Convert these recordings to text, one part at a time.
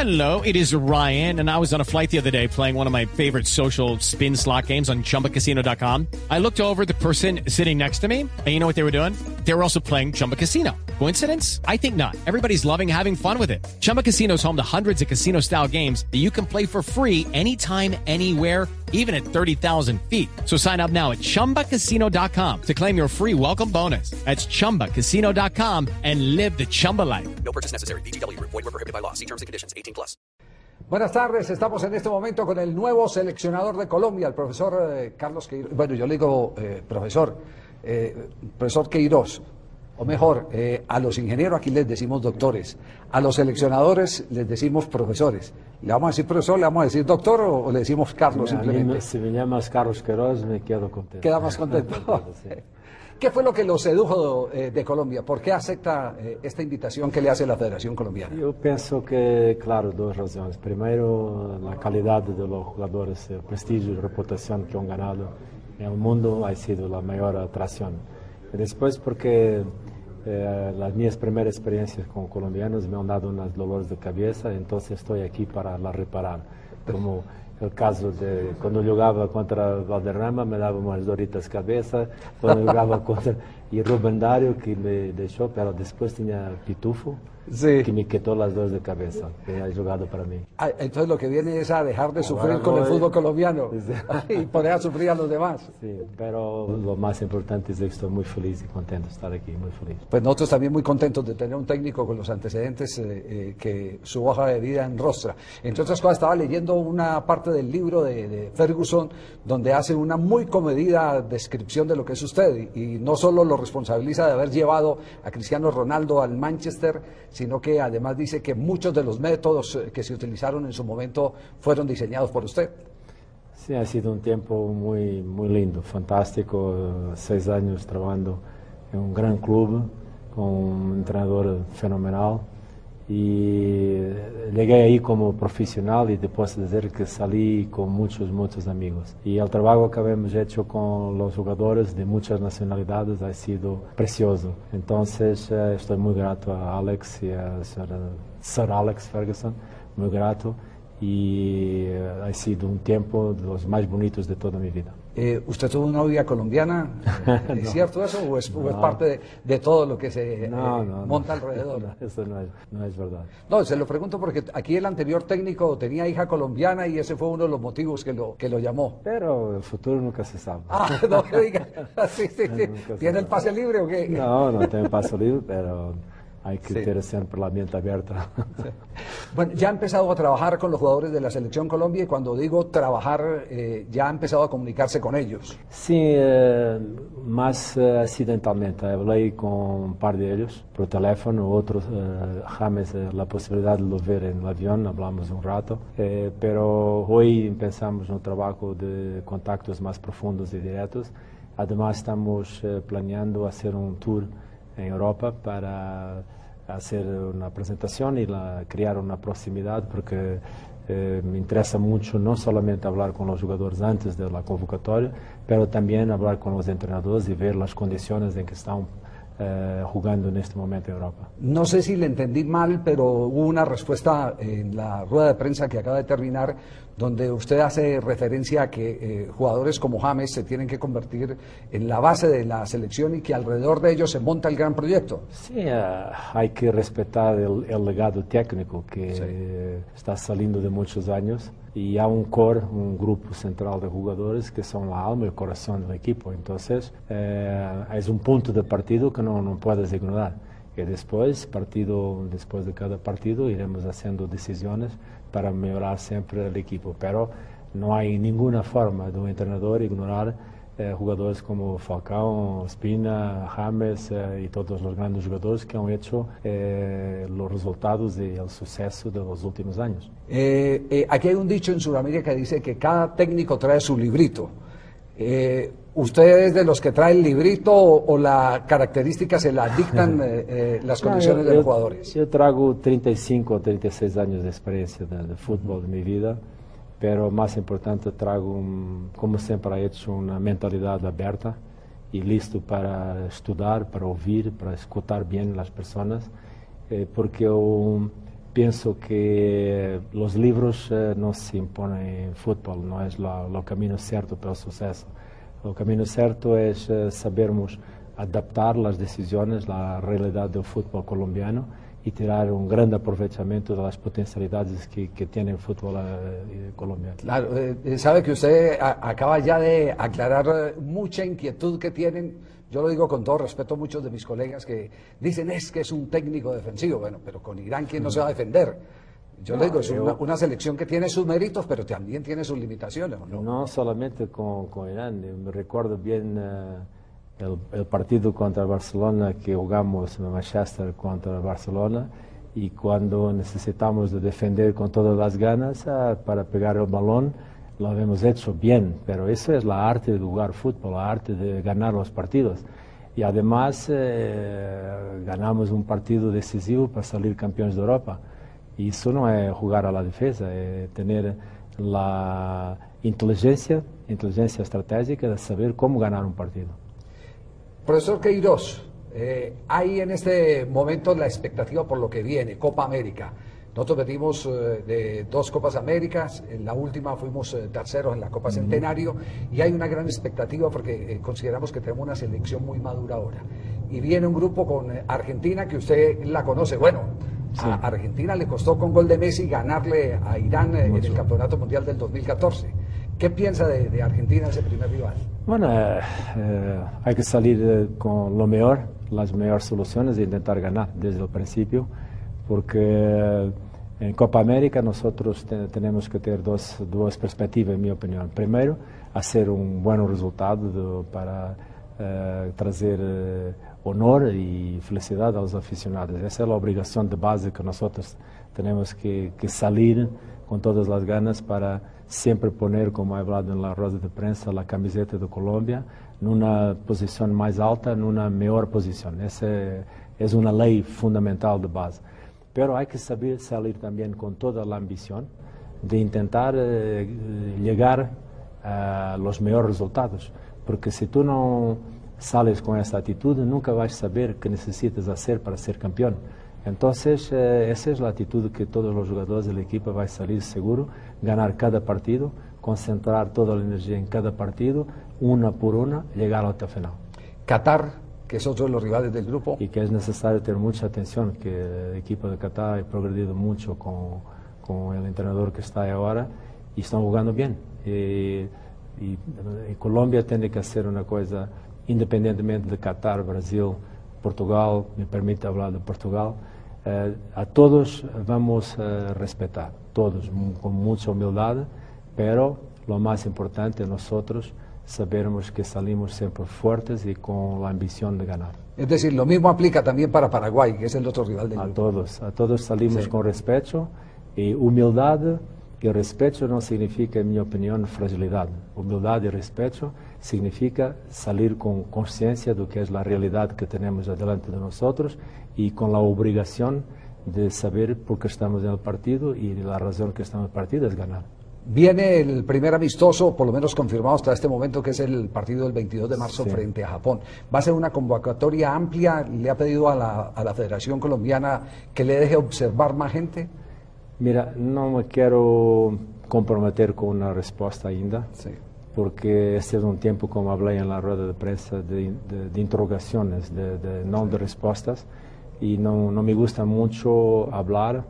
Hello, it is Ryan, and I was on a flight the other day playing one of my favorite social spin slot games on ChumbaCasino.com. I looked over at the person sitting next to me, and you know what they were doing? They were also playing Chumba Casino. Coincidence? I think not. Everybody's loving having fun with it. Chumba Casino is home to hundreds of casino-style games that you can play for free anytime, anywhere, even at 30,000 feet. So sign up now at ChumbaCasino.com to claim your free welcome bonus. That's ChumbaCasino.com and live the Chumba life. No purchase necessary. VGW. Void were prohibited by law. See terms and conditions. 18+. Buenas tardes, estamos en este momento con el nuevo seleccionador de Colombia, el profesor Carlos Queiroz. Bueno, yo le digo profesor Queiroz, o mejor, a los ingenieros aquí les decimos doctores, a los seleccionadores les decimos profesores. ¿Le vamos a decir profesor, le vamos a decir doctor o le decimos Carlos simplemente? Si me llamas Carlos Queiroz me quedo contento. Queda más contento. Sí. ¿Qué fue lo que lo sedujo de Colombia? ¿Por qué acepta esta invitación que le hace la Federación Colombiana? Yo pienso que, claro, dos razones. Primero, la calidad de los jugadores, el prestigio y reputación que han ganado en el mundo ha sido la mayor atracción. Y después, porque las mis primeras experiencias con colombianos me han dado unos dolores de cabeza, entonces estoy aquí para la reparar. Como el caso de cuando jugaba contra Valderrama me daba unas doritas de cabeza, cuando jugaba contra y Rubén Dario que me dejó, pero después tenía Pitufo, sí, que me quitó las dos de cabeza, que ha jugado para mí. Entonces lo que viene es a dejar de sufrir con el fútbol colombiano y poner a sufrir a los demás. Sí, pero lo más importante es que estoy muy feliz y contento de estar aquí, muy feliz. Pues nosotros también muy contentos de tener un técnico con los antecedentes que su hoja de vida enrostra. Entre otras cosas, estaba leyendo una parte del libro de Ferguson, donde hace una muy comedida descripción de lo que es usted, y no solo lo responsabiliza de haber llevado a Cristiano Ronaldo al Manchester, sino que además dice que muchos de los métodos que se utilizaron en su momento fueron diseñados por usted. Sí, ha sido un tiempo muy, muy lindo, fantástico, 6 años trabajando en un gran club, con un entrenador fenomenal, y llegué ahí como profesional y te puedo decir que salí con muchos amigos. Y el trabajo que hemos hecho con los jugadores de muchas nacionalidades ha sido precioso. Entonces estoy muy grato a Alex y a Sir Alex Ferguson, muy grato, y ha sido un tiempo de los más bonitos de toda mi vida. ¿Usted tuvo una novia colombiana? ¿Es cierto eso o es parte de todo lo que se monta alrededor? No, eso no es verdad. No, se lo pregunto porque aquí el anterior técnico tenía hija colombiana y ese fue uno de los motivos que lo llamó. Pero el futuro nunca se sabe. No que diga. Sí. ¿Tiene el pase libre o qué? No tengo pase libre, pero hay que tener siempre la mente abierta. Sí. Bueno, ya ha empezado a trabajar con los jugadores de la Selección Colombia, y cuando digo trabajar, ya ha empezado a comunicarse con ellos. Sí, más accidentalmente. Hablé con un par de ellos por teléfono, otros, James, la posibilidad de los ver en el avión, hablamos un rato, pero hoy empezamos un trabajo de contactos más profundos y directos. Además estamos planeando hacer un tour en Europa para hacer una presentación y crear una proximidad, porque me interesa mucho no solamente hablar con los jugadores antes de la convocatoria, pero también hablar con los entrenadores y ver las condiciones en que están jugando en este momento en Europa. No sé si le entendí mal, pero hubo una respuesta en la rueda de prensa que acaba de terminar, donde usted hace referencia a que jugadores como James se tienen que convertir en la base de la selección y que alrededor de ellos se monta el gran proyecto. Sí, hay que respetar el legado técnico que está saliendo de muchos años, y hay un core, un grupo central de jugadores que son la alma y el corazón del equipo. Entonces es un punto de partido que no puedes ignorar. Y después de cada partido iremos haciendo decisiones para mejorar siempre el equipo, pero no hay ninguna forma de un entrenador ignorar jugadores como Falcao, Ospina, James y todos los grandes jugadores que han hecho los resultados y el suceso de los últimos años. Aquí hay un dicho en Sudamérica que dice que cada técnico trae su librito. ¿Usted es de los que trae el librito o la característica se la dictan las condiciones de los jugadores? Yo traigo 35 o 36 años de experiencia de fútbol en mi vida, pero más importante traigo, como siempre he hecho, una mentalidad abierta y listo para estudiar, para oír, para escuchar bien las personas, porque pienso que los libros no se imponen en fútbol, no es lo camino cierto para el suceso. El camino cierto es sabermos adaptar las decisiones, la realidad del fútbol colombiano y tirar un gran aprovechamiento de las potencialidades que tiene el fútbol colombiano. Claro, sabe que usted acaba ya de aclarar mucha inquietud que tienen. Yo lo digo con todo respeto a muchos de mis colegas que dicen es que es un técnico defensivo. Bueno, pero con Irán, ¿quién no se va a defender? Yo le digo, es una selección que tiene sus méritos, pero también tiene sus limitaciones, ¿no? No solamente con Irán. Me recuerdo bien el partido contra Barcelona que jugamos en Manchester contra Barcelona, y cuando necesitamos de defender con todas las ganas para pegar el balón, lo hemos hecho bien, pero eso es la arte de jugar fútbol, la arte de ganar los partidos. Y además ganamos un partido decisivo para salir campeones de Europa. Y eso no es jugar a la defensa, es tener la inteligencia estratégica de saber cómo ganar un partido. Profesor Queiroz, hay en este momento la expectativa por lo que viene, Copa América. Nosotros venimos de 2 Copas Américas, en la última fuimos terceros en la Copa Centenario, y hay una gran expectativa porque consideramos que tenemos una selección muy madura ahora. Y viene un grupo con Argentina, que usted la conoce. Bueno, sí. A Argentina le costó con gol de Messi ganarle a Irán en el Campeonato Mundial del 2014. ¿Qué piensa de Argentina, ese primer rival? Bueno, hay que salir con lo mejor, las mejores soluciones e intentar ganar desde el principio, porque en Copa América nosotros tenemos que tener dos perspectivas, en mi opinión. Primero, hacer un buen resultado para traer honor y felicidad a los aficionados. Esa es la obligación de base que nosotros tenemos que salir con todas las ganas para siempre poner, como he hablado en la rueda de prensa, la camiseta de Colombia en una posición más alta, en una mejor posición. Esa es una ley fundamental de base. Pero hay que saber salir también con toda la ambición de intentar llegar a los mejores resultados. Porque si tú no sales con esa actitud, nunca vas a saber qué necesitas hacer para ser campeón. Entonces, esa es la actitud que todos los jugadores del equipo van a salir seguro, ganar cada partido, concentrar toda la energía en cada partido, una por una, llegar hasta el final. Qatar, que es otro de los rivales del grupo. Y que es necesario tener mucha atención, que el equipo de Qatar ha progredido mucho con el entrenador que está ahora y están jugando bien. Y Colombia tiene que hacer una cosa, independientemente de Qatar, Brasil, Portugal, me permite hablar de Portugal, a todos vamos a respetar, todos con mucha humildad, pero lo más importante nosotros sabermos que salimos siempre fuertes y con la ambición de ganar. Es decir, lo mismo aplica también para Paraguay, que es el otro rival del grupo. A todos salimos con respeto y humildad. Y respeto no significa, en mi opinión, fragilidad. Humildad y respeto significa salir con conciencia de que es la realidad que tenemos delante de nosotros y con la obligación de saber por qué estamos en el partido, y la razón que estamos en el partido es ganar. Viene el primer amistoso, por lo menos confirmado hasta este momento, que es el partido del 22 de marzo frente a Japón. Va a ser una convocatoria amplia. ¿Le ha pedido a la Federación Colombiana que le deje observar más gente? Mira, no me quiero comprometer con una respuesta ainda, porque este es un tiempo, como hablé en la rueda de prensa, de interrogaciones, no de respuestas, y no me gusta mucho hablar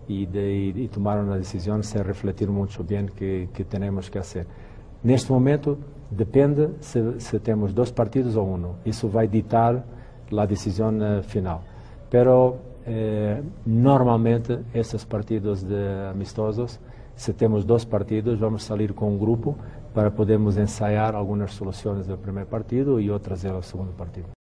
y tomar una decisión sin refletir mucho bien qué tenemos que hacer. En este momento depende si tenemos 2 partidos o 1, eso va a dictar la decisión final. Pero normalmente estos partidos amistosos, si tenemos 2 partidos, vamos a salir con un grupo para podermos ensayar algunas soluciones del primer partido y otras del segundo partido.